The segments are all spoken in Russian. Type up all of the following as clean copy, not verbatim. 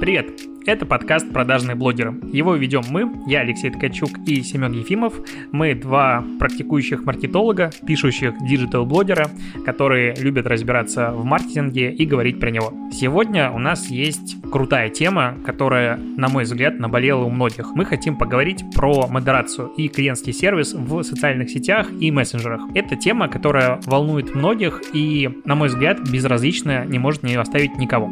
Привет! Это подкаст «Продажные блогеры». Его ведем мы, я Алексей Ткачук и Семен Ефимов. Мы два практикующих маркетолога, пишущих диджитал-блогера, которые любят разбираться в маркетинге и говорить про него. Сегодня у нас есть крутая тема, которая, на мой взгляд, наболела у многих. Мы хотим поговорить про модерацию и клиентский сервис в социальных сетях и мессенджерах. Это тема, которая волнует многих и, на мой взгляд, безразлично не может не оставить никого.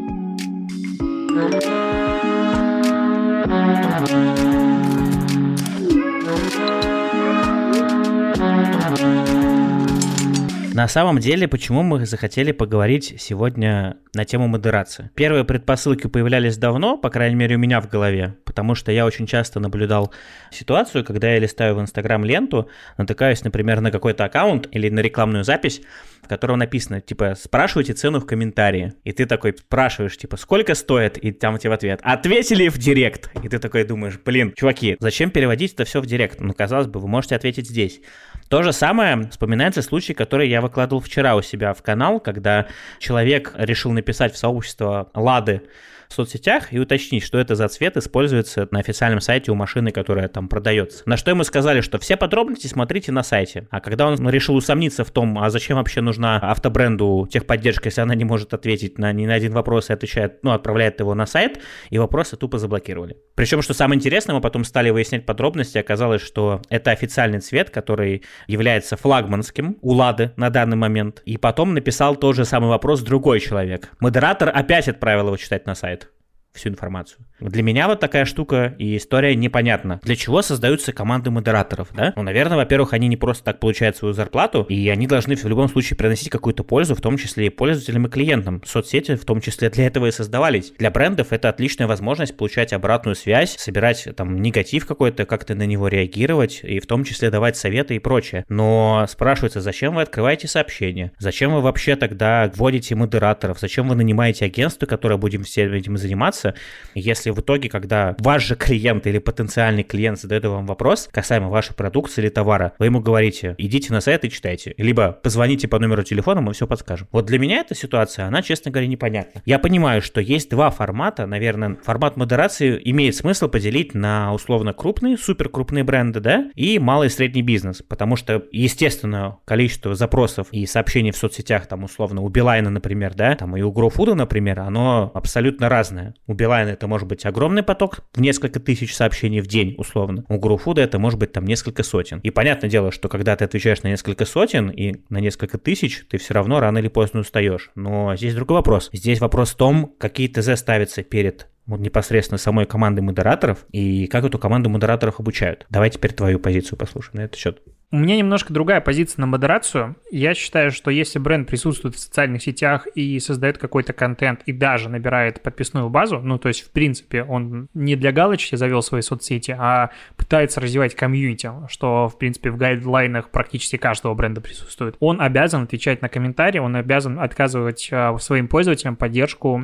На самом деле, почему мы захотели поговорить сегодня на тему модерации? Первые предпосылки появлялись давно, по крайней мере у меня в голове, потому что я очень часто наблюдал ситуацию, когда я листаю в Инстаграм ленту, натыкаюсь, например, на какой-то аккаунт или на рекламную запись, в котором написано, типа, спрашивайте цену в комментарии. И ты такой спрашиваешь, типа, сколько стоит? И там тебе в ответ, ответили в директ. И ты такой думаешь, блин, чуваки, зачем переводить это все в директ? Ну, казалось бы, вы можете ответить здесь. То же самое вспоминается случай, который я выкладывал вчера у себя в канал, когда человек решил написать в сообщество Лады в соцсетях и уточнить, что это за цвет используется на официальном сайте у машины, которая там продается. На что ему сказали, что все подробности смотрите на сайте. А когда он решил усомниться в том, а зачем вообще нужна автобренду техподдержка, если она не может ответить ни на один вопрос и отвечает, отправляет его на сайт, и вопросы тупо заблокировали. Причем, что самое интересное, мы потом стали выяснять подробности, оказалось, что это официальный цвет, который является флагманским у Лады на данный момент. И потом написал тот же самый вопрос другой человек. Модератор опять отправил его читать на сайт. Всю информацию. Для меня вот такая штука и история непонятна. Для чего создаются команды модераторов, да? Наверное, во-первых, они не просто так получают свою зарплату, и они должны в любом случае приносить какую-то пользу, в том числе и пользователям и клиентам. Соцсети в том числе для этого и создавались. Для брендов это отличная возможность получать обратную связь, собирать там негатив какой-то, как-то на него реагировать, и в том числе давать советы и прочее. Но спрашивается, зачем вы открываете сообщения? Зачем вы вообще тогда вводите модераторов? Зачем вы нанимаете агентство, которое будем всем этим заниматься? Если в итоге, когда ваш же клиент или потенциальный клиент задает вам вопрос касаемо вашей продукции или товара, вы ему говорите, идите на сайт и читайте, либо позвоните по номеру телефона, мы все подскажем. Вот для меня эта ситуация, она, честно говоря, непонятна. Я понимаю, что есть два формата, наверное, формат модерации имеет смысл поделить на условно крупные, суперкрупные бренды, да, и малый и средний бизнес, потому что, естественно, количество запросов и сообщений в соцсетях, там, условно, у Билайна, например, да, там, и у GrowFood, например, оно абсолютно разное. У Билайна это может быть огромный поток в несколько тысяч сообщений в день, условно. У GrowFood это может быть там несколько сотен. И понятное дело, что когда ты отвечаешь на несколько сотен и на несколько тысяч, ты все равно рано или поздно устаешь. Но здесь другой вопрос. Здесь вопрос в том, какие ТЗ ставятся перед непосредственно самой командой модераторов и как эту команду модераторов обучают. Давай теперь твою позицию послушаем на этот счет. У меня немножко другая позиция на модерацию. Я считаю, что если бренд присутствует в социальных сетях и создает какой-то контент и даже набирает подписную базу, то есть, в принципе, он не для галочки завел свои соцсети, а пытается развивать комьюнити, что, в принципе, в гайдлайнах практически каждого бренда присутствует, он обязан отвечать на комментарии, он обязан отказывать своим пользователям поддержку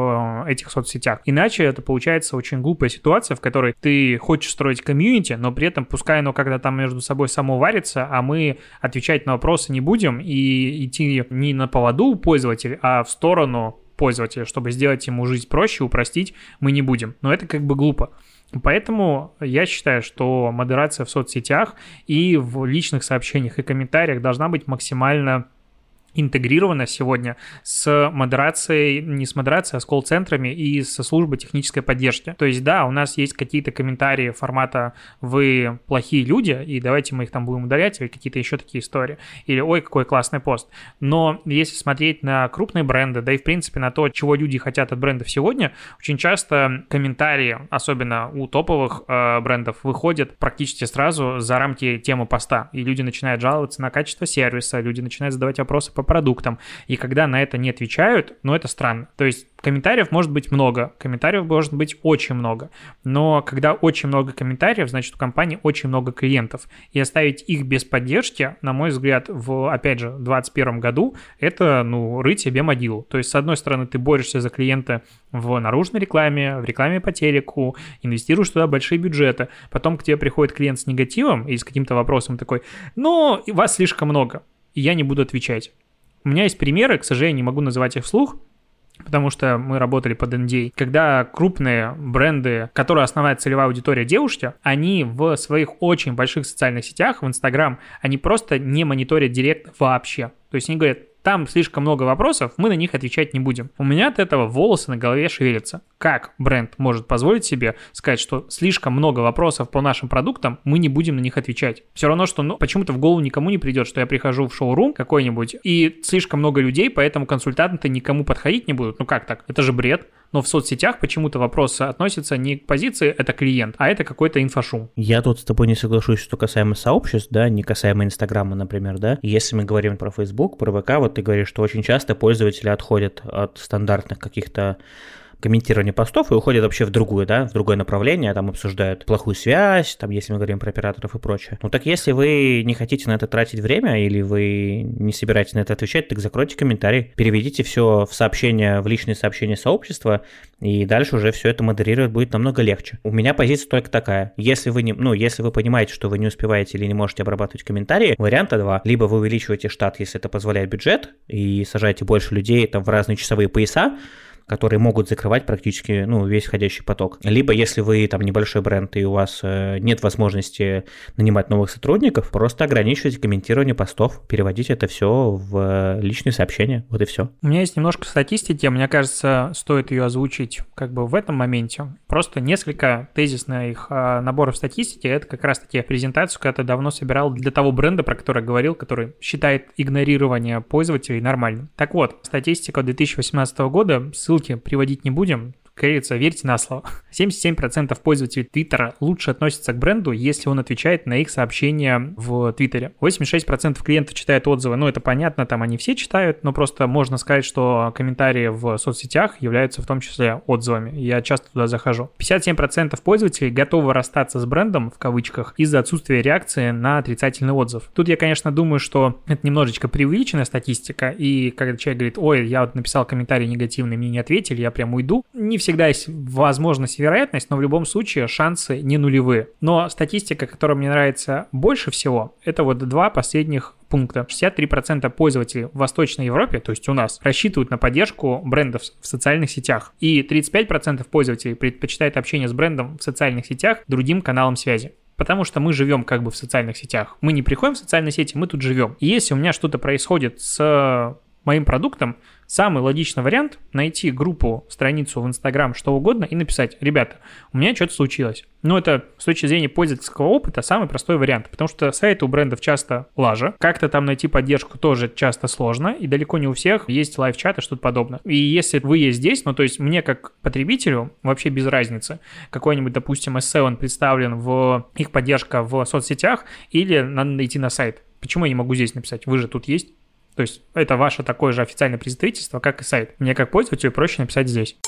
в этих соцсетях. Иначе это получается очень глупая ситуация, в которой ты хочешь строить комьюнити, но при этом, пускай оно когда там между собой само варится, а мы отвечать на вопросы не будем и идти не на поводу у пользователя, а в сторону пользователя, чтобы сделать ему жизнь проще, упростить, мы не будем. Но это как бы глупо. Поэтому я считаю, что модерация в соцсетях и в личных сообщениях и комментариях должна быть максимально интегрировано сегодня с модерацией, не с модерацией, а с колл-центрами и со службой технической поддержки. То есть, да, у нас есть какие-то комментарии формата «вы плохие люди, и давайте мы их там будем удалять», или какие-то еще такие истории, или «ой, какой классный пост». Но если смотреть на крупные бренды, да и в принципе на то, чего люди хотят от брендов сегодня, очень часто комментарии, особенно у топовых брендов, выходят практически сразу за рамки темы поста, и люди начинают жаловаться на качество сервиса, люди начинают задавать вопросы по продуктам, и когда на это не отвечают, это странно. То есть комментариев может быть много, комментариев может быть очень много, но когда очень много комментариев, значит, у компании очень много клиентов, и оставить их без поддержки, на мой взгляд, опять же, в 2021 году, это, рыть себе могилу. То есть, с одной стороны, ты борешься за клиента в наружной рекламе, в рекламе по телеку, инвестируешь туда большие бюджеты, потом к тебе приходит клиент с негативом или с каким-то вопросом такой, вас слишком много, и я не буду отвечать. У меня есть примеры, к сожалению, не могу называть их вслух, потому что мы работали под NDA, когда крупные бренды, которые основная целевая аудитория девушки, они в своих очень больших социальных сетях, в Instagram, они просто не мониторят директ вообще. То есть они говорят, там слишком много вопросов, мы на них отвечать не будем. У меня от этого волосы на голове шевелятся. Как бренд может позволить себе сказать, что слишком много вопросов по нашим продуктам, мы не будем на них отвечать? Все равно, что почему-то в голову никому не придет, что я прихожу в шоурум какой-нибудь, и слишком много людей, поэтому консультанты никому подходить не будут. Ну как так? Это же бред. Но в соцсетях почему-то вопросы относятся не к позиции «это клиент», а это какой-то инфошум. Я тут с тобой не соглашусь, что касаемо сообществ, да, не касаемо Инстаграма, например, да. Если мы говорим про Facebook, про ВК, вот ты говоришь, что очень часто пользователи отходят от стандартных каких-то комментирование постов и уходят вообще в другую, да, в другое направление, там обсуждают плохую связь, там, если мы говорим про операторов и прочее. Ну так если вы не хотите на это тратить время или вы не собираетесь на это отвечать, так закройте комментарий, переведите все в сообщения, в личные сообщения сообщества, и дальше уже все это модерировать будет намного легче. У меня позиция только такая. Если вы если вы понимаете, что вы не успеваете или не можете обрабатывать комментарии, варианта два. Либо вы увеличиваете штат, если это позволяет бюджет, и сажаете больше людей там в разные часовые пояса, которые могут закрывать практически весь входящий поток. Либо если вы там небольшой бренд и у вас нет возможности нанимать новых сотрудников, просто ограничивайте комментирование постов, переводите это все в личные сообщения, вот и все. У меня есть немножко статистики, мне кажется, стоит ее озвучить как бы в этом моменте. Просто несколько тезисных наборов статистики, это как раз-таки презентацию, когда ты давно собирал для того бренда, про который я говорил, который считает игнорирование пользователей нормальным. Так вот, статистика 2018 года, ссылки приводить не будем, как говорится, верьте на слово. 77% пользователей Твиттера лучше относятся к бренду, если он отвечает на их сообщения в Твиттере. 86% клиентов читают отзывы, это понятно, там они все читают, но просто можно сказать, что комментарии в соцсетях являются в том числе отзывами. Я часто туда захожу. 57% пользователей готовы расстаться с брендом, в кавычках, из-за отсутствия реакции на отрицательный отзыв. Тут я, конечно, думаю, что это немножечко преувеличенная статистика, и когда человек говорит, ой, я вот написал комментарий негативный, мне не ответили, я прям уйду, не всегда есть возможность и вероятность, но в любом случае шансы не нулевые. Но статистика, которая мне нравится больше всего, это вот два последних пункта. 63% пользователей в Восточной Европе, то есть у нас, рассчитывают на поддержку брендов в социальных сетях. И 35% пользователей предпочитают общение с брендом в социальных сетях другим каналам связи. Потому что мы живем как бы в социальных сетях. Мы не приходим в социальные сети, мы тут живем. И если у меня что-то происходит с моим продуктом, самый логичный вариант — найти группу, страницу в Instagram, что угодно, и написать: ребята, у меня что-то случилось. Но это с точки зрения пользовательского опыта самый простой вариант, потому что сайты у брендов часто лажа, как-то там найти поддержку тоже часто сложно, и далеко не у всех есть лайв-чат и что-то подобное. И если вы есть здесь, то есть мне как потребителю вообще без разницы, какой-нибудь, допустим, эссе он представлен в их поддержка в соцсетях, или надо найти на сайт. Почему я не могу здесь написать? Вы же тут есть. То есть это ваше такое же официальное представительство, как и сайт. Мне как пользователю проще написать здесь.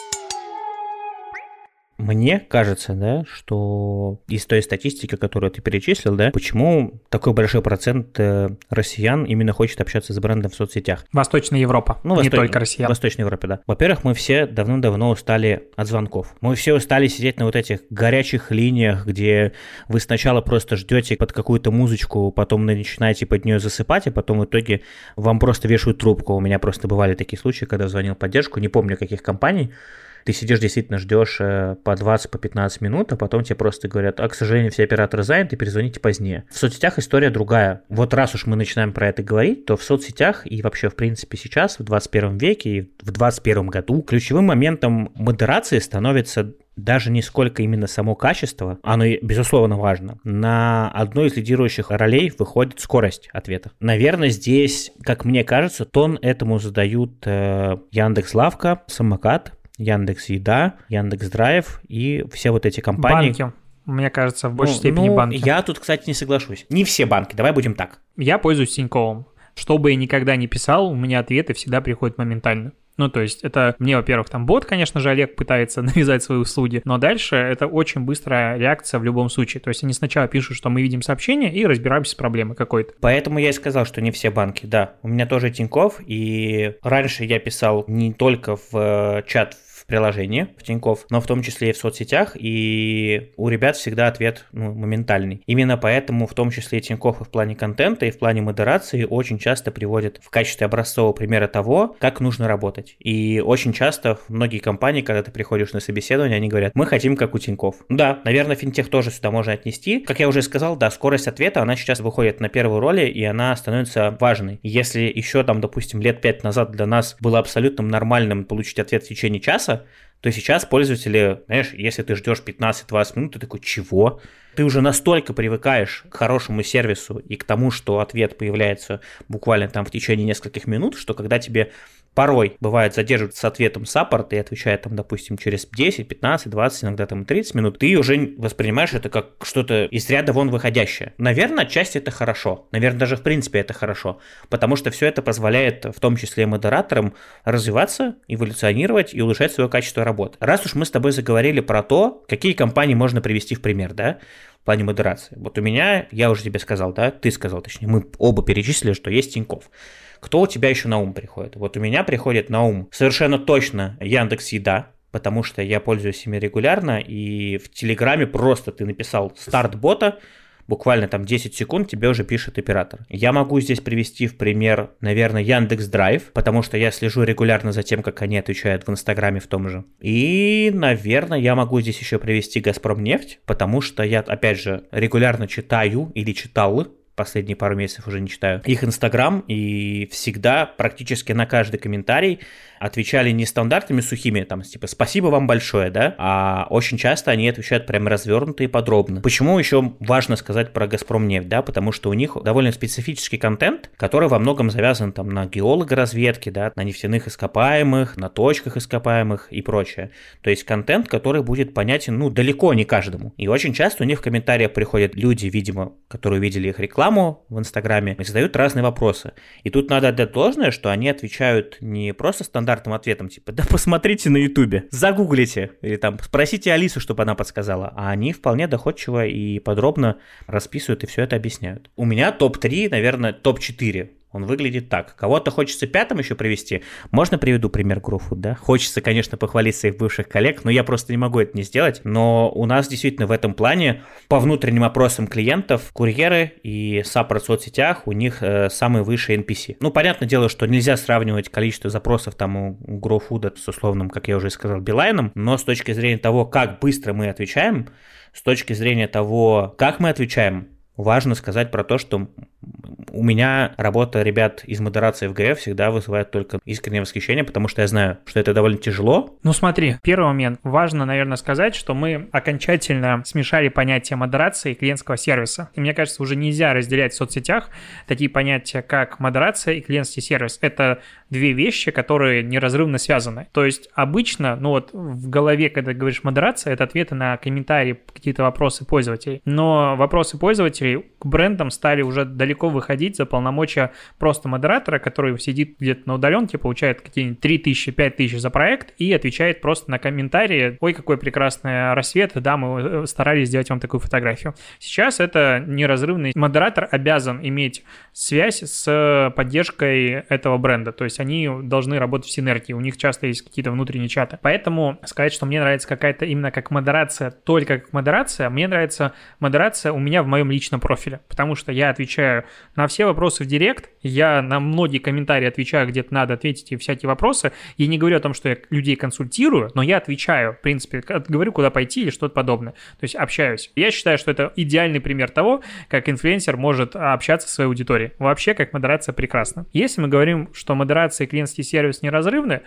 Мне кажется, да, что из той статистики, которую ты перечислил, да, почему такой большой процент россиян именно хочет общаться с брендом в соцсетях? Восточная Европа, не только россиян. В Восточной Европе, да. Во-первых, мы все давным-давно устали от звонков. Мы все устали сидеть на вот этих горячих линиях, где вы сначала просто ждете под какую-то музычку, потом начинаете под нее засыпать, и потом в итоге вам просто вешают трубку. У меня просто бывали такие случаи, когда звонил в поддержку, не помню каких компаний. Ты сидишь, действительно ждешь по 20, по 15 минут, а потом тебе просто говорят: к сожалению, все операторы заняты, перезвоните позднее. В соцсетях история другая. Вот раз уж мы начинаем про это говорить, то в соцсетях и вообще, в принципе, сейчас, в 21 веке и в 21 году, ключевым моментом модерации становится даже не сколько именно само качество, оно, безусловно, важно. На одной из лидирующих ролей выходит скорость ответа. Наверное, здесь, как мне кажется, тон этому задают Яндекс.Лавка, Самокат, Яндекс.Еда, Яндекс.Драйв и все вот эти компании. Банки. Мне кажется, в большей степени банки. Я тут, кстати, не соглашусь. Не все банки, давай будем так. Я пользуюсь Тиньковым. Что бы я никогда не писал, у меня ответы всегда приходят моментально. То есть это мне, во-первых, там бот, конечно же, Олег пытается навязать свои услуги, но дальше это очень быстрая реакция в любом случае. То есть они сначала пишут, что мы видим сообщение, и разбираемся с проблемой какой-то. Поэтому я и сказал, что не все банки, да. У меня тоже Тинькофф, и раньше я писал не только в чат в приложении, в Тинькофф, но в том числе и в соцсетях, и у ребят всегда ответ моментальный. Именно поэтому в том числе и Тинькофф и в плане контента, и в плане модерации очень часто приводит в качестве образцового примера того, как нужно работать. И очень часто многие компании, когда ты приходишь на собеседование, они говорят: мы хотим как у Тинькофф. Да, наверное, финтех тоже сюда можно отнести. Как я уже сказал, да, скорость ответа, она сейчас выходит на первую роль, и она становится важной. Если еще там, допустим, лет 5 назад для нас было абсолютно нормальным получить ответ в течение часа, то сейчас пользователи, знаешь, если ты ждешь 15-20 минут, ты такой: чего? Ты уже настолько привыкаешь к хорошему сервису и к тому, что ответ появляется буквально там в течение нескольких минут, что когда тебе порой бывает задерживать с ответом саппорт и отвечает там, допустим, через 10, 15, 20, иногда там 30 минут, ты уже воспринимаешь это как что-то из ряда вон выходящее. Наверное, отчасти это хорошо. Наверное, даже в принципе это хорошо. Потому что все это позволяет, в том числе и модераторам, развиваться, эволюционировать и улучшать свое качество работы. Раз уж мы с тобой заговорили про то, какие компании можно привести в пример, да, в плане модерации. Вот у меня, я уже тебе сказал, да, ты сказал, точнее, мы оба перечислили, что есть Тинькофф. Кто у тебя еще на ум приходит? Вот у меня приходит на ум совершенно точно Яндекс.Еда, потому что я пользуюсь ими регулярно, и в Телеграме просто ты написал старт бота, буквально там 10 секунд тебе уже пишет оператор. Я могу здесь привести в пример, наверное, Яндекс.Драйв, потому что я слежу регулярно за тем, как они отвечают в Инстаграме в том же. И, наверное, я могу здесь еще привести Газпромнефть, потому что я, опять же, регулярно читаю или читал, последние пару месяцев уже не читаю, их Инстаграм, и всегда практически на каждый комментарий отвечали не стандартными сухими, там, типа, спасибо вам большое, да, а очень часто они отвечают прям развернуто и подробно. Почему еще важно сказать про Газпромнефть, да, потому что у них довольно специфический контент, который во многом завязан там на геологоразведке, да, на нефтяных ископаемых, на точках ископаемых и прочее. То есть контент, который будет понятен, далеко не каждому. И очень часто у них в комментариях приходят люди, видимо, которые увидели их рекламу в Инстаграме, и задают разные вопросы. И тут надо отдать должное, что они отвечают не просто стандартным ответом, типа, да посмотрите на Ютубе, загуглите, или там спросите Алису, чтобы она подсказала, а они вполне доходчиво и подробно расписывают и все это объясняют. У меня топ-3, наверное, топ-4. Он выглядит так. Кого-то хочется пятым еще привести. Можно приведу пример GrowFood, да? Хочется, конечно, похвалить своих бывших коллег, но я просто не могу это не сделать. Но у нас действительно в этом плане по внутренним опросам клиентов курьеры и саппорт в соцсетях у них самые высшие NPC. Понятное дело, что нельзя сравнивать количество запросов там у GrowFood с условным, как я уже сказал, Билайном, но с точки зрения того, как быстро мы отвечаем, с точки зрения того, как мы отвечаем, важно сказать про то, что у меня работа ребят из модерации в ГФ всегда вызывает только искреннее восхищение, потому что я знаю, что это довольно тяжело. Смотри, первый момент. Важно, наверное, сказать, что мы окончательно смешали понятия модерации и клиентского сервиса. И мне кажется, уже нельзя разделять в соцсетях такие понятия, как модерация и клиентский сервис. Это две вещи, которые неразрывно связаны. То есть обычно, в голове, когда ты говоришь модерация, это ответы на комментарии, какие-то вопросы пользователей. Но вопросы пользователей к брендам стали уже далеко выходить за полномочия просто модератора, который сидит где-то на удаленке, получает какие-нибудь 3000, 5000 за проект и отвечает просто на комментарии: ой, какой прекрасный рассвет, да, мы старались сделать вам такую фотографию. Сейчас это неразрывный. Модератор обязан иметь связь с поддержкой этого бренда, то есть они должны работать в синергии, у них часто есть какие-то внутренние чаты. Поэтому сказать, что мне нравится какая-то именно как модерация, только как модерация, мне нравится модерация у меня в моем личном профиле, потому что я отвечаю на все вопросы в директ, я на многие комментарии отвечаю, где-то надо ответить, и всякие вопросы. Я не говорю о том, что я людей консультирую, но я отвечаю, в принципе, говорю, куда пойти или что-то подобное. То есть общаюсь. Я считаю, что это идеальный пример того, как инфлюенсер может общаться со своей аудиторией. Вообще, как модерация прекрасна. Если мы говорим, что модерация и клиентский сервис неразрывны,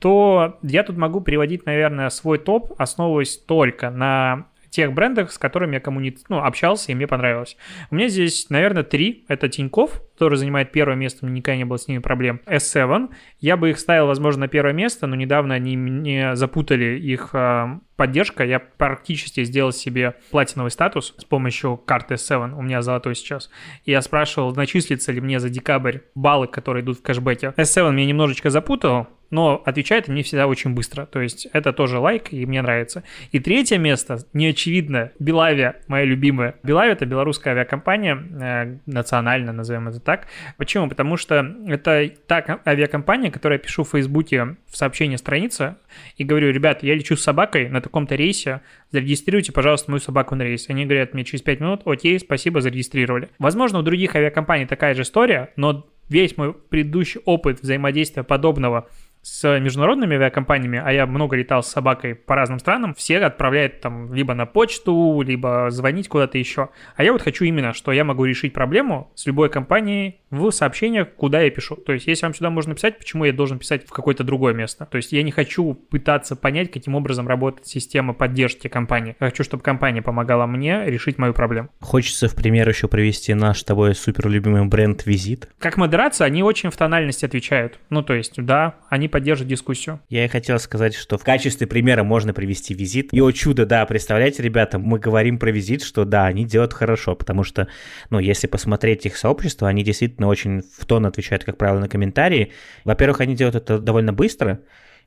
то я тут могу приводить, наверное, свой топ, основываясь только на тех брендах, с которыми я общался и мне понравилось. У меня здесь, наверное, 3. Это Тинькофф, который занимает первое место, у меня никогда не было с ними проблем. S7. Я бы их ставил, возможно, на первое место, но недавно они мне запутали их поддержка. Я практически сделал себе платиновый статус с помощью карты S7. У меня золотой сейчас. И я спрашивал, начислится ли мне за декабрь баллы, которые идут в кэшбэке. S7 меня немножечко запутал. но отвечает не всегда очень быстро. То есть это тоже лайк, и мне нравится. И третье место, неочевидно, Белавия, моя любимая. Белавия — это белорусская авиакомпания, национальная, назовем это так. Почему? Потому что это та авиакомпания, которую я пишу в Фейсбуке в сообщении страницы и говорю: ребят, я лечу с собакой на таком-то рейсе, зарегистрируйте, пожалуйста, мою собаку на рейс. Они говорят мне через 5 минут: окей, спасибо, зарегистрировали. Возможно, у других авиакомпаний такая же история, но весь мой предыдущий опыт взаимодействия подобного с международными авиакомпаниями, а я много летал с собакой по разным странам, все отправляют там либо на почту, либо звонить куда-то еще. А я вот хочу именно, что я могу решить проблему с любой компанией в сообщениях, куда я пишу. То есть, если вам сюда можно писать, почему я должен писать в какое-то другое место? То есть, я не хочу пытаться понять, каким образом работает система поддержки компании. Я хочу, чтобы компания помогала мне решить мою проблему. Хочется в пример еще привести наш с тобой суперлюбимый бренд Визит. Как модерация, они очень в тональности отвечают. Ну, то есть, да, они поддерживать дискуссию. Я и хотел сказать, что в качестве примера можно привести Визит. И, о чудо, да, представляете, ребята, мы говорим про Визит, что да, они делают хорошо, потому что, ну, если посмотреть их сообщество, они действительно очень в тон отвечают, как правило, на комментарии. Во-первых, они делают это довольно быстро,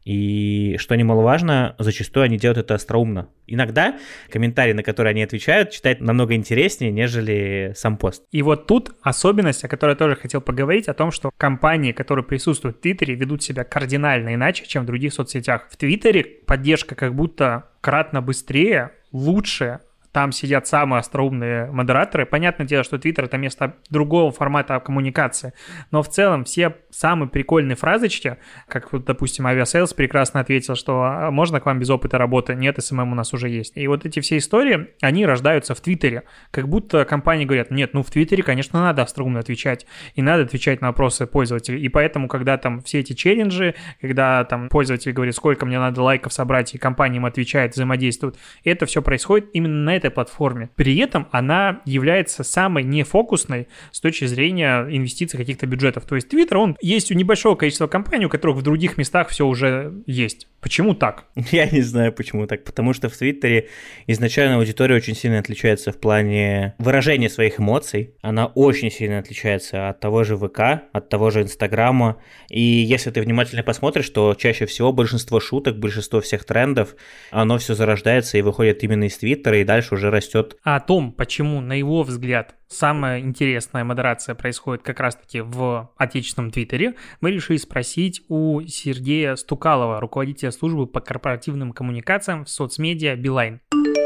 и, что немаловажно, зачастую они делают это остроумно. Иногда комментарии, на которые они отвечают, читать намного интереснее, нежели сам пост. И вот тут особенность, о которой я тоже хотел поговорить, о том, что компании, которые присутствуют в Твиттере, ведут себя кардинально иначе, чем в других соцсетях. В Твиттере поддержка как будто кратно быстрее, лучше. Там сидят самые остроумные модераторы. Понятное дело, что Твиттер — это место другого формата коммуникации. Но в целом все самые прикольные фразочки, как вот, допустим, Aviasales прекрасно ответил, что можно к вам без опыта работы? Нет, СММ у нас уже есть. И вот эти все истории, они рождаются в Твиттере. Как будто компании говорят: нет, ну в Твиттере, конечно, надо остроумно отвечать. И надо отвечать на вопросы пользователей. И поэтому, когда там все эти челленджи, когда там пользователь говорит, сколько мне надо лайков собрать, и компания им отвечает, взаимодействует, это все происходит именно на этой платформе. При этом она является самой нефокусной с точки зрения инвестиций каких-то бюджетов. То есть Twitter, он есть у небольшого количества компаний, у которых в других местах все уже есть. Почему так? Я не знаю, почему так. Потому что в Твиттере изначально аудитория очень сильно отличается в плане выражения своих эмоций. Она очень сильно отличается от того же ВК, от того же Инстаграма. И если ты внимательно посмотришь, то чаще всего большинство шуток, большинство всех трендов, оно все зарождается и выходит именно из Твиттера, и дальше уже растет. А о том, почему, на его взгляд, самая интересная модерация происходит как раз-таки в отечественном Твиттере, мы решили спросить у Сергея Стукалова, руководителя службы по корпоративным коммуникациям в соцмедиа Билайн.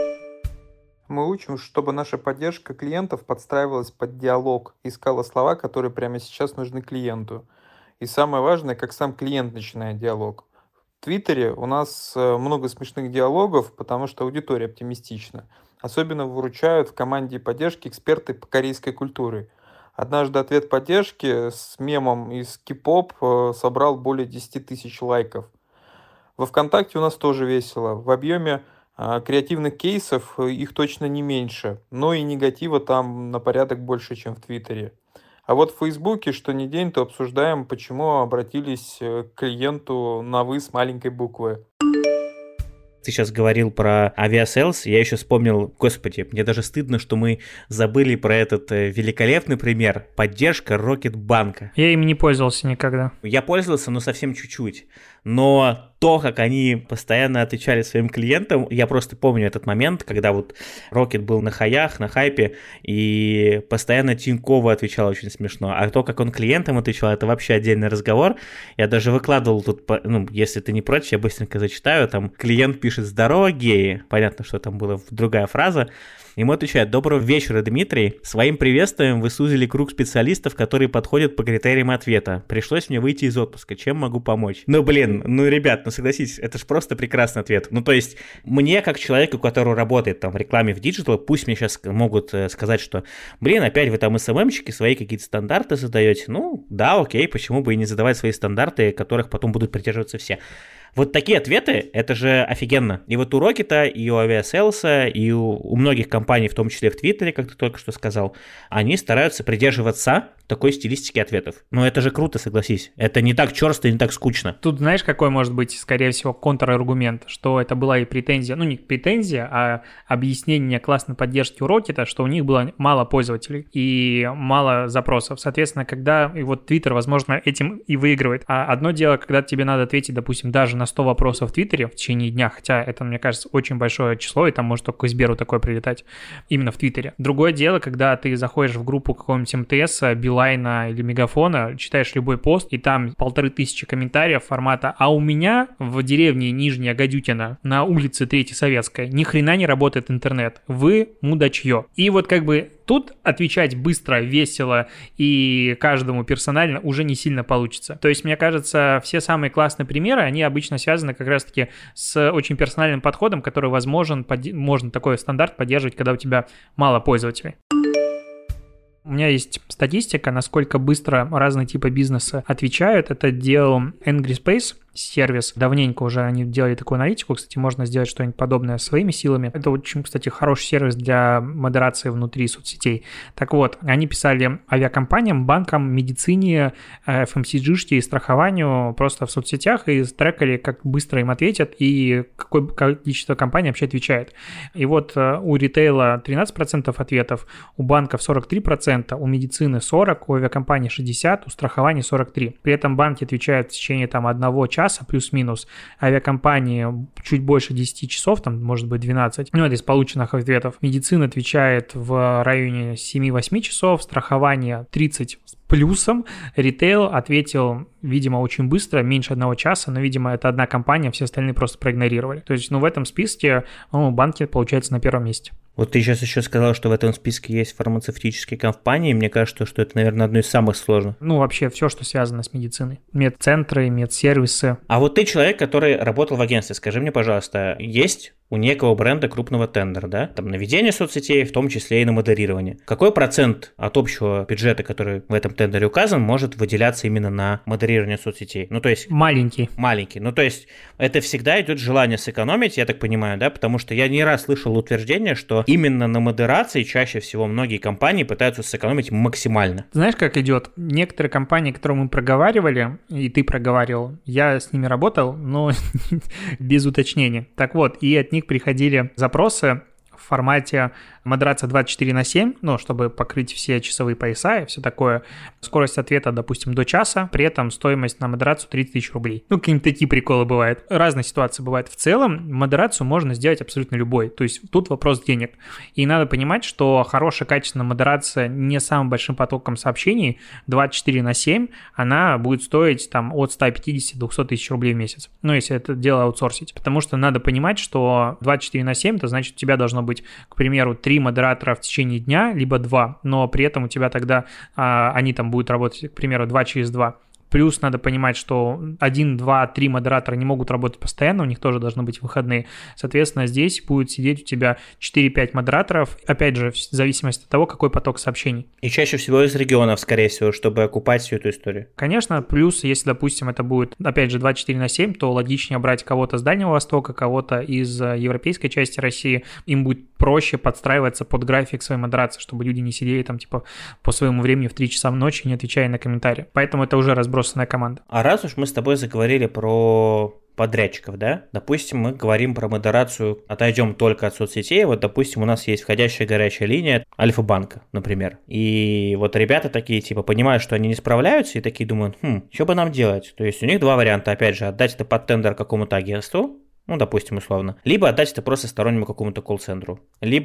Мы учим, чтобы наша поддержка клиентов подстраивалась под диалог, искала слова, которые прямо сейчас нужны клиенту. И самое важное, как сам клиент начинает диалог. В Твиттере у нас много смешных диалогов, потому что аудитория оптимистична. Особенно выручают в команде поддержки эксперты по корейской культуре. Однажды ответ поддержки с мемом из K-pop собрал более 10 тысяч лайков. Во ВКонтакте у нас тоже весело. В объеме креативных кейсов их точно не меньше, но и негатива там на порядок больше, чем в Твиттере. А вот в Фейсбуке, что ни день, то обсуждаем, почему обратились к клиенту на «вы» с маленькой буквы. Ты сейчас говорил про Aviasales, я еще вспомнил, господи, мне даже стыдно, что мы забыли про этот великолепный пример. Поддержка Рокетбанка. Я им не пользовался никогда. Я пользовался, но совсем чуть-чуть. Но то, как они постоянно отвечали своим клиентам, я просто помню этот момент, когда вот Рокет был на хаях, на хайпе, и постоянно Тинькова отвечал очень смешно. А то, как он клиентам отвечал, это вообще отдельный разговор. Я даже выкладывал тут, ну, если ты не против, я быстренько зачитаю, там клиент пишет «Здорово, геи». Понятно, что там была другая фраза. Ему отвечает: «Доброго вечера, Дмитрий. Своим приветствием вы сузили круг специалистов, которые подходят по критериям ответа. Пришлось мне выйти из отпуска. Чем могу помочь?» Ну, блин, ну, ребят, ну, согласитесь, это же просто прекрасный ответ. Ну, то есть, мне, как человеку, который работает там в рекламе в диджитал, пусть мне сейчас могут сказать, что, блин, опять вы там СММщики свои какие-то стандарты задаете. Ну, да, окей, почему бы и не задавать свои стандарты, которых потом будут придерживаться все. Вот такие ответы, это же офигенно. И вот у Rocket, и у Aviasales, и у многих компаний, в том числе в Твиттере, как ты только что сказал, они стараются придерживаться такой стилистики ответов. Но это же круто, согласись. Это не так черственно, не так скучно. Тут знаешь, какой может быть, скорее всего, контраргумент, что это была и претензия, ну не претензия, а объяснение классной поддержки у Rocket, что у них было мало пользователей и мало запросов. Соответственно, когда и вот Twitter, возможно, этим и выигрывает. А одно дело, когда тебе надо ответить, допустим, даже на 100 вопросов в Твиттере в течение дня, хотя это, мне кажется, очень большое число, и там может только к Сберу такое прилетать, именно в Твиттере. Другое дело, когда ты заходишь в группу какого-нибудь МТС, Билайна или Мегафона, читаешь любой пост, и там 1500 комментариев формата «А у меня в деревне Нижняя Гадютина на улице 3 Советская ни хрена не работает интернет. Вы мудачье». И вот как бы тут отвечать быстро, весело и каждому персонально уже не сильно получится. То есть, мне кажется, все самые классные примеры, они обычно связаны как раз-таки с очень персональным подходом, который возможен, можно такой стандарт поддерживать, когда у тебя мало пользователей. У меня есть статистика, насколько быстро разные типы бизнеса отвечают. Это делал Angry Space, сервис. Давненько уже они делали такую аналитику. Кстати, можно сделать что-нибудь подобное своими силами. Это очень, кстати, хороший сервис для модерации внутри соцсетей. Так вот, они писали авиакомпаниям, банкам, медицине, FMCG и страхованию просто в соцсетях и трекали, как быстро им ответят и какое количество компаний вообще отвечает. И вот у ритейла 13% ответов, у банков 43%, у медицины 40%, у авиакомпаний 60%, у страхования 43%. При этом банки отвечают в течение там 1 часа плюс-минус, авиакомпании чуть больше 10 часов, там может быть 12, ну это из полученных ответов. Медицина отвечает в районе 7-8 часов, страхование 30 с плюсом, ритейл ответил, видимо, очень быстро, меньше 1 часа, но, видимо, это одна компания, все остальные просто проигнорировали. То есть, ну, в этом списке банки, получается, на первом месте. Вот ты сейчас еще сказал, что в этом списке есть фармацевтические компании. Мне кажется, что это, наверное, одно из самых сложных. Ну, вообще все, что связано с медициной. Медцентры, медсервисы. А вот ты человек, который работал в агентстве. Скажи мне, пожалуйста, есть у некого бренда крупного тендера, да? Там на ведение соцсетей, в том числе и на модерирование. Какой процент от общего бюджета, который в этом тендере указан, может выделяться именно на модерирование соцсетей? Ну, то есть... Маленький. Ну, то есть это всегда идет желание сэкономить, я так понимаю, да? Потому что я не раз слышал утверждение, что именно на модерации чаще всего многие компании пытаются сэкономить максимально. Знаешь, как идет? Некоторые компании, которые мы проговаривали, и ты проговаривал, я с ними работал, но без уточнений. Так вот, и от них приходили запросы в формате модерация 24/7, ну, чтобы покрыть все часовые пояса и все такое. Скорость ответа, допустим, до часа, при этом стоимость на модерацию 30 000 рублей. Ну, какие-нибудь такие приколы бывают. Разные ситуации бывают. В целом, модерацию можно сделать абсолютно любой. То есть тут вопрос денег. И надо понимать, что хорошая, качественная модерация не самым большим потоком сообщений 24/7, она будет стоить там от 150-200 тысяч рублей в месяц. Ну, если это дело аутсорсить. Потому что надо понимать, что 24/7, это значит, у тебя должно быть, к примеру, 3 модератора в течение дня, либо 2, но при этом у тебя тогда они там будут работать, к примеру, 2 через 2. Плюс надо понимать, что 1, 2, 3 модератора не могут работать постоянно, у них тоже должны быть выходные. Соответственно, здесь будет сидеть у тебя 4-5 модераторов, опять же, в зависимости от того, какой поток сообщений. И чаще всего из регионов, скорее всего, чтобы окупать всю эту историю. Конечно, плюс, если, допустим, это будет, опять же, 24/7, то логичнее брать кого-то с Дальнего Востока, кого-то из европейской части России. Им будет проще подстраиваться под график своей модерации, чтобы люди не сидели там, типа, по своему времени в 3 часа в ночь, не отвечая на комментарии. Поэтому это уже разбросанная команда. А раз уж мы с тобой заговорили про подрядчиков, да? Допустим, мы говорим про модерацию, отойдем только от соцсетей. Вот, допустим, у нас есть входящая горячая линия Альфа-банка, например. И вот ребята такие, типа, понимают, что они не справляются, и такие думают, что бы нам делать? То есть у них 2 варианта, опять же, отдать это под тендер какому-то агентству, ну, допустим, условно, либо отдать это просто стороннему какому-то колл-центру,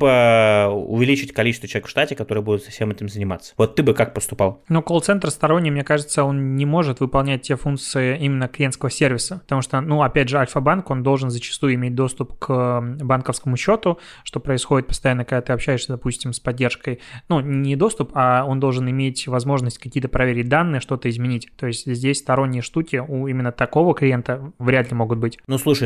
либо увеличить количество человек в штате, которые будут всем этим заниматься. Вот ты бы как поступал? Ну, колл-центр сторонний, мне кажется, он не может выполнять те функции именно клиентского сервиса, потому что, ну, опять же, Альфа-банк, он должен зачастую иметь доступ к банковскому счету, что происходит постоянно, когда ты общаешься, допустим, с поддержкой. Ну, не доступ, а он должен иметь возможность какие-то проверить данные, что-то изменить. То есть здесь сторонние штуки у именно такого клиента вряд ли могут быть. Ну, слушай, тут же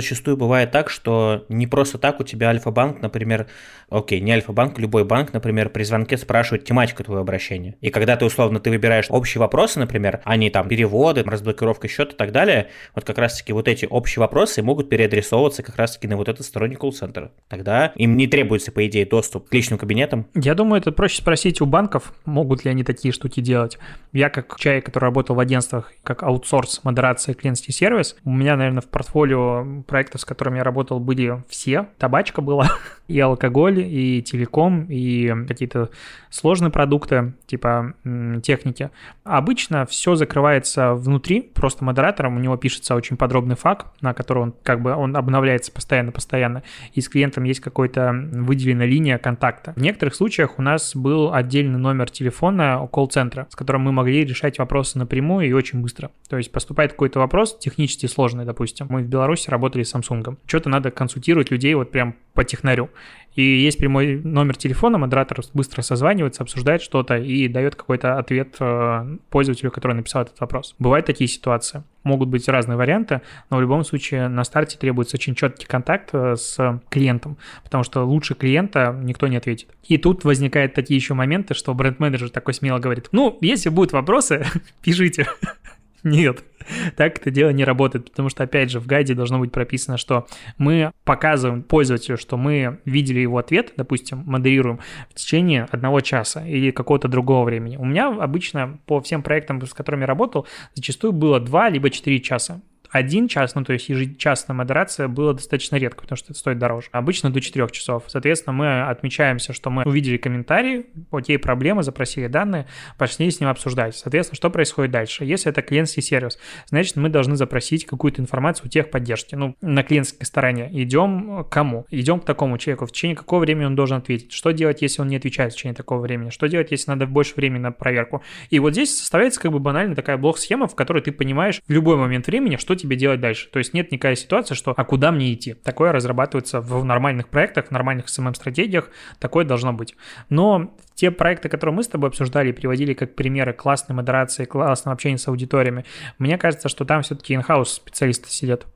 зачастую бывает так, что не просто так у тебя Альфа-банк, например, не Альфа-банк, любой банк, например, при звонке спрашивает тематику твоего обращения. И когда ты выбираешь общие вопросы, например, а не там переводы, разблокировка счета и так далее, вот как раз-таки вот эти общие вопросы могут переадресовываться как раз-таки на вот этот сторонний колл-центр. Тогда им не требуется, по идее, доступ к личным кабинетам. Я думаю, это проще спросить у банков, могут ли они такие штуки делать. Я как человек, который работал в агентствах, как аутсорс, модерация, клиентский сервис, у меня, наверное, в портфолио проектов, с которыми я работал, были все. Табачка была, и алкоголь, и телеком, и какие-то сложные продукты, типа техники. Обычно все закрывается внутри, просто модератором, у него пишется очень подробный фак, на который он обновляется постоянно, и с клиентом есть какая-то выделенная линия контакта. В некоторых случаях у нас был отдельный номер телефона колл-центра, с которым мы могли решать вопросы напрямую и очень быстро. То есть поступает какой-то вопрос, технически сложный, допустим. Мы в Беларуси работали с Samsung. Что-то надо консультировать людей вот прям по технарю. И есть прямой номер телефона, модератор быстро созванивается, обсуждает что-то и дает какой-то ответ пользователю, который написал этот вопрос. Бывают такие ситуации. Могут быть разные варианты, но в любом случае на старте требуется очень четкий контакт с клиентом, потому что лучше клиента никто не ответит. И тут возникают такие еще моменты, что бренд-менеджер такой смело говорит: если будут вопросы, пишите. Нет, так это дело не работает, потому что, опять же, в гайде должно быть прописано, что мы показываем пользователю, что мы видели его ответ, допустим, модерируем в течение 1 часа или какого-то другого времени. У меня обычно по всем проектам, с которыми я работал, зачастую было 2 либо 4 часа. 1 час, то есть ежечасная модерация, было достаточно редко, потому что это стоит дороже. Обычно до 4 часов. Соответственно, мы отмечаемся, что мы увидели комментарий, окей, проблемы, запросили данные, пошли с ним обсуждать. Соответственно, что происходит дальше? Если это клиентский сервис, значит, мы должны запросить какую-то информацию у техподдержки. На клиентской стороне. Идем к кому? Идем к такому человеку. В течение какого времени он должен ответить? Что делать, если он не отвечает в течение такого времени? Что делать, если надо больше времени на проверку? И вот здесь составляется банально такая блок-схема, в которой ты понимаешь в любой момент времени, что тебе делать дальше. То есть нет никакой ситуации, что «а куда мне идти?». Такое разрабатывается в нормальных проектах, в нормальных SMM-стратегиях, такое должно быть. Но те проекты, которые мы с тобой обсуждали и приводили как примеры классной модерации, классного общения с аудиториями, мне кажется, что там все-таки in-house специалисты сидят.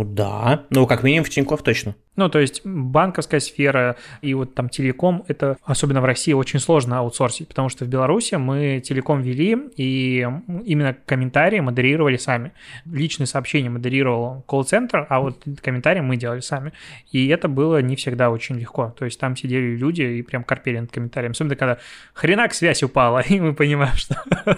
Да. Как минимум в Тинькофф точно. То есть банковская сфера и вот там телеком, это особенно в России очень сложно аутсорсить, потому что в Беларуси мы телеком вели и именно комментарии модерировали сами. Личные сообщения модерировал колл-центр, а вот комментарии мы делали сами. И это было не всегда очень легко. То есть там сидели люди и прям корпели над комментарием. Особенно когда хренак связь упала, и мы понимаем, что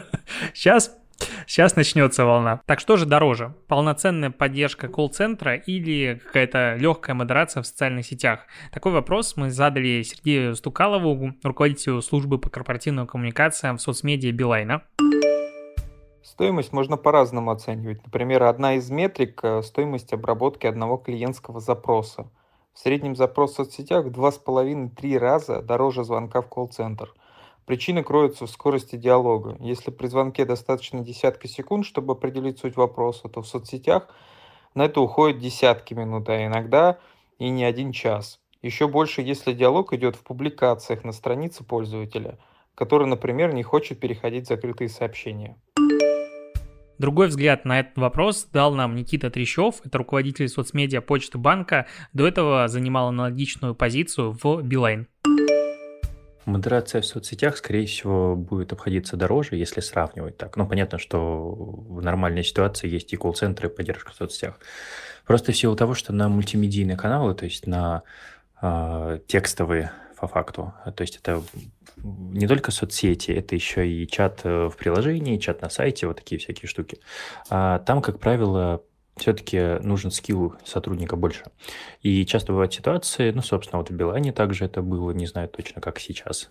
Сейчас начнется волна. Так что же дороже? Полноценная поддержка колл-центра или какая-то легкая модерация в социальных сетях? Такой вопрос мы задали Сергею Стукалову, руководителю службы по корпоративным коммуникациям в соцмедиа Билайна. Стоимость можно по-разному оценивать. Например, одна из метрик – стоимость обработки одного клиентского запроса. В среднем запрос в соцсетях в 2,5-3 раза дороже звонка в колл-центр. Причина кроется в скорости диалога. Если при звонке достаточно десятка секунд, чтобы определить суть вопроса, то в соцсетях на это уходит десятки минут, а иногда и не 1 час. Еще больше, если диалог идет в публикациях на странице пользователя, который, например, не хочет переходить в закрытые сообщения. Другой взгляд на этот вопрос дал нам Никита Трещев, это руководитель соцмедиа Почты банка, до этого занимал аналогичную позицию в Билайн. Модерация в соцсетях, скорее всего, будет обходиться дороже, если сравнивать так. Понятно, что в нормальной ситуации есть и колл-центры, и поддержка в соцсетях. Просто в силу того, что на мультимедийные каналы, то есть на текстовые по факту, то есть это не только соцсети, это еще и чат в приложении, чат на сайте, вот такие всякие штуки. Там, как правило, все-таки нужен скилл сотрудника больше. И часто бывают ситуации, собственно, вот в Билайне также это было, не знаю точно, как сейчас,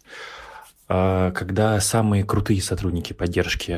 когда самые крутые сотрудники поддержки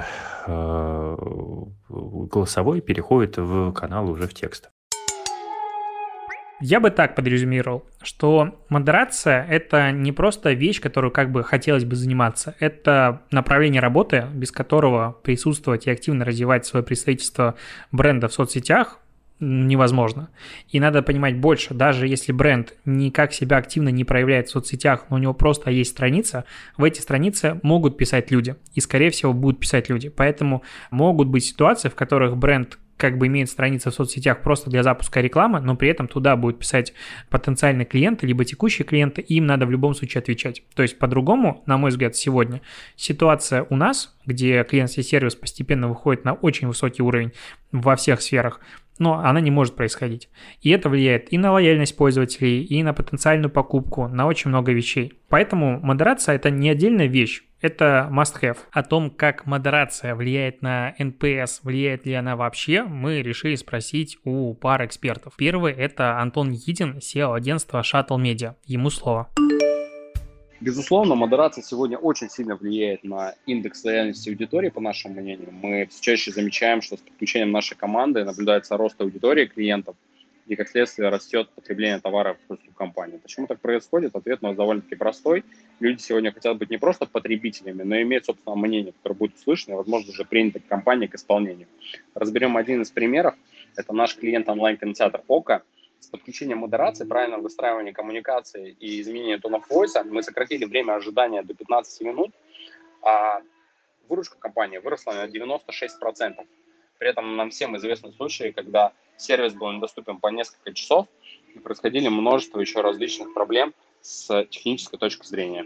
голосовой переходят в канал уже в текст. Я бы так подрезюмировал, что модерация – это не просто вещь, которую хотелось бы заниматься. Это направление работы, без которого присутствовать и активно развивать свое представительство бренда в соцсетях невозможно. И надо понимать больше, даже если бренд никак себя активно не проявляет в соцсетях, но у него просто есть страница, в эти страницы могут писать люди. И, скорее всего, будут писать люди. Поэтому могут быть ситуации, в которых бренд как бы имеет страницы в соцсетях просто для запуска рекламы, но при этом туда будут писать потенциальные клиенты, либо текущие клиенты, и им надо в любом случае отвечать. То есть по-другому, на мой взгляд, сегодня ситуация у нас, где клиентский сервис постепенно выходит на очень высокий уровень во всех сферах, но она не может происходить. И это влияет и на лояльность пользователей, и на потенциальную покупку, на очень много вещей. Поэтому модерация – это не отдельная вещь, это must-have. О том, как модерация влияет на NPS, влияет ли она вообще, мы решили спросить у пары экспертов. Первый – это Антон Никитин, SEO-агентства Shuttle Media. Ему слово. Безусловно, модерация сегодня очень сильно влияет на индекс лояльности аудитории, по нашему мнению. Мы все чаще замечаем, что с подключением нашей команды наблюдается рост аудитории клиентов, и, как следствие, растет потребление товаров в компании. Почему так происходит? Ответ у нас довольно-таки простой. Люди сегодня хотят быть не просто потребителями, но и иметь собственное мнение, которое будет услышано и, возможно, уже принято компанией к исполнению. Разберем один из примеров. Это наш клиент онлайн-кинотеатр «Ока». С подключением модерации, правильного выстраивания коммуникации и изменения тона voice мы сократили время ожидания до 15 минут, а выручка компании выросла на 96%. При этом нам всем известны случаи, когда сервис был недоступен по несколько часов и происходили множество еще различных проблем с технической точки зрения.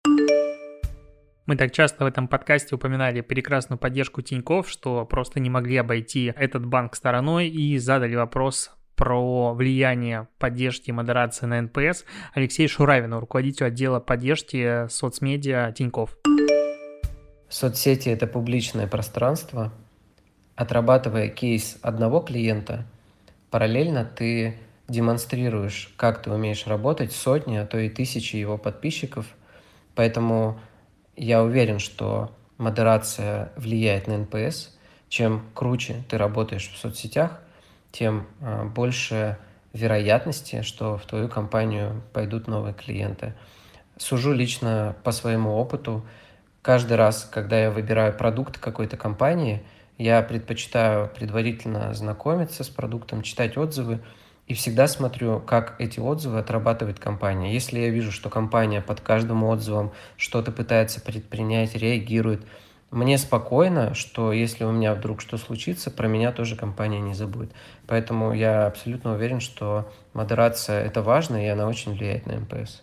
Мы так часто в этом подкасте упоминали прекрасную поддержку Тинькофф, что просто не могли обойти этот банк стороной и задали вопрос про влияние поддержки и модерации на НПС Алексею Шуравину, руководителю отдела поддержки соцмедиа Тинькофф. Соцсети – это публичное пространство. Отрабатывая кейс одного клиента, параллельно ты демонстрируешь, как ты умеешь работать сотни, а то и тысячи его подписчиков. Поэтому я уверен, что модерация влияет на НПС. Чем круче ты работаешь в соцсетях, тем больше вероятности, что в твою компанию пойдут новые клиенты. Сужу лично по своему опыту. Каждый раз, когда я выбираю продукт какой-то компании, я предпочитаю предварительно знакомиться с продуктом, читать отзывы и всегда смотрю, как эти отзывы отрабатывает компания. Если я вижу, что компания под каждым отзывом что-то пытается предпринять, реагирует, мне спокойно, что если у меня вдруг что случится, про меня тоже компания не забудет. Поэтому я абсолютно уверен, что модерация – это важно, и она очень влияет на НПС.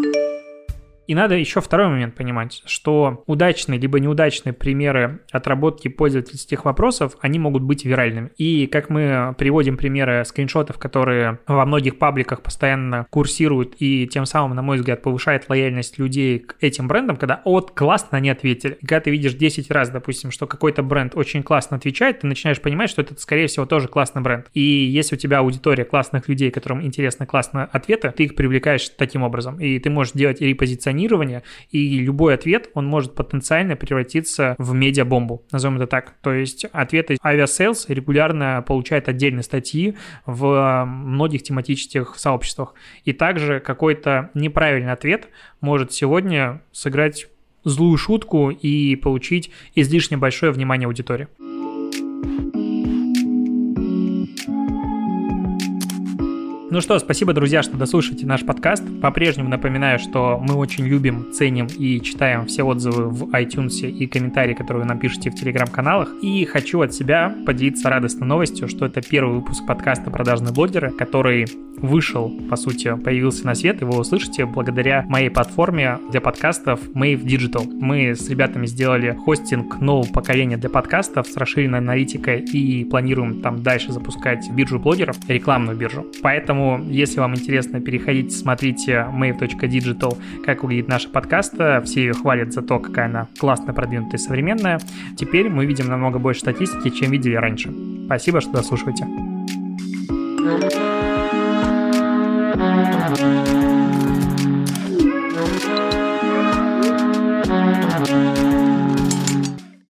И надо еще второй момент понимать, что удачные либо неудачные примеры отработки пользовательских вопросов, они могут быть виральными. И как мы приводим примеры скриншотов, которые во многих пабликах постоянно курсируют и тем самым, на мой взгляд, повышает лояльность людей к этим брендам, когда классно они ответили. И когда ты видишь 10 раз, допустим, что какой-то бренд очень классно отвечает, ты начинаешь понимать, что это, скорее всего, тоже классный бренд. И если у тебя аудитория классных людей, которым интересны классные ответы, ты их привлекаешь таким образом. И ты можешь делать репозиционирование, и любой ответ, он может потенциально превратиться в медиабомбу, назовем это так. То есть ответы Aviasales регулярно получают отдельные статьи в многих тематических сообществах. И также какой-то неправильный ответ может сегодня сыграть злую шутку и получить излишне большое внимание аудитории. Ну что, спасибо, друзья, что дослушаете наш подкаст. По-прежнему напоминаю, что мы очень любим, ценим и читаем все отзывы в iTunes и комментарии, которые вы нам пишете в телеграм-каналах. И хочу от себя поделиться радостной новостью, что это первый выпуск подкаста «Продажные блогеры», который вышел, по сути, появился на свет, и вы услышите благодаря моей платформе для подкастов Mave Digital. Мы с ребятами сделали хостинг нового поколения для подкастов с расширенной аналитикой и планируем там дальше запускать биржу блогеров, рекламную биржу. Поэтому, если вам интересно, переходите, смотрите mave.digital, как выглядит наша подкаста. Все ее хвалят за то, какая она классная, продвинутая и современная. Теперь мы видим намного больше статистики, чем видели раньше. Спасибо, что дослушиваете. Thank you.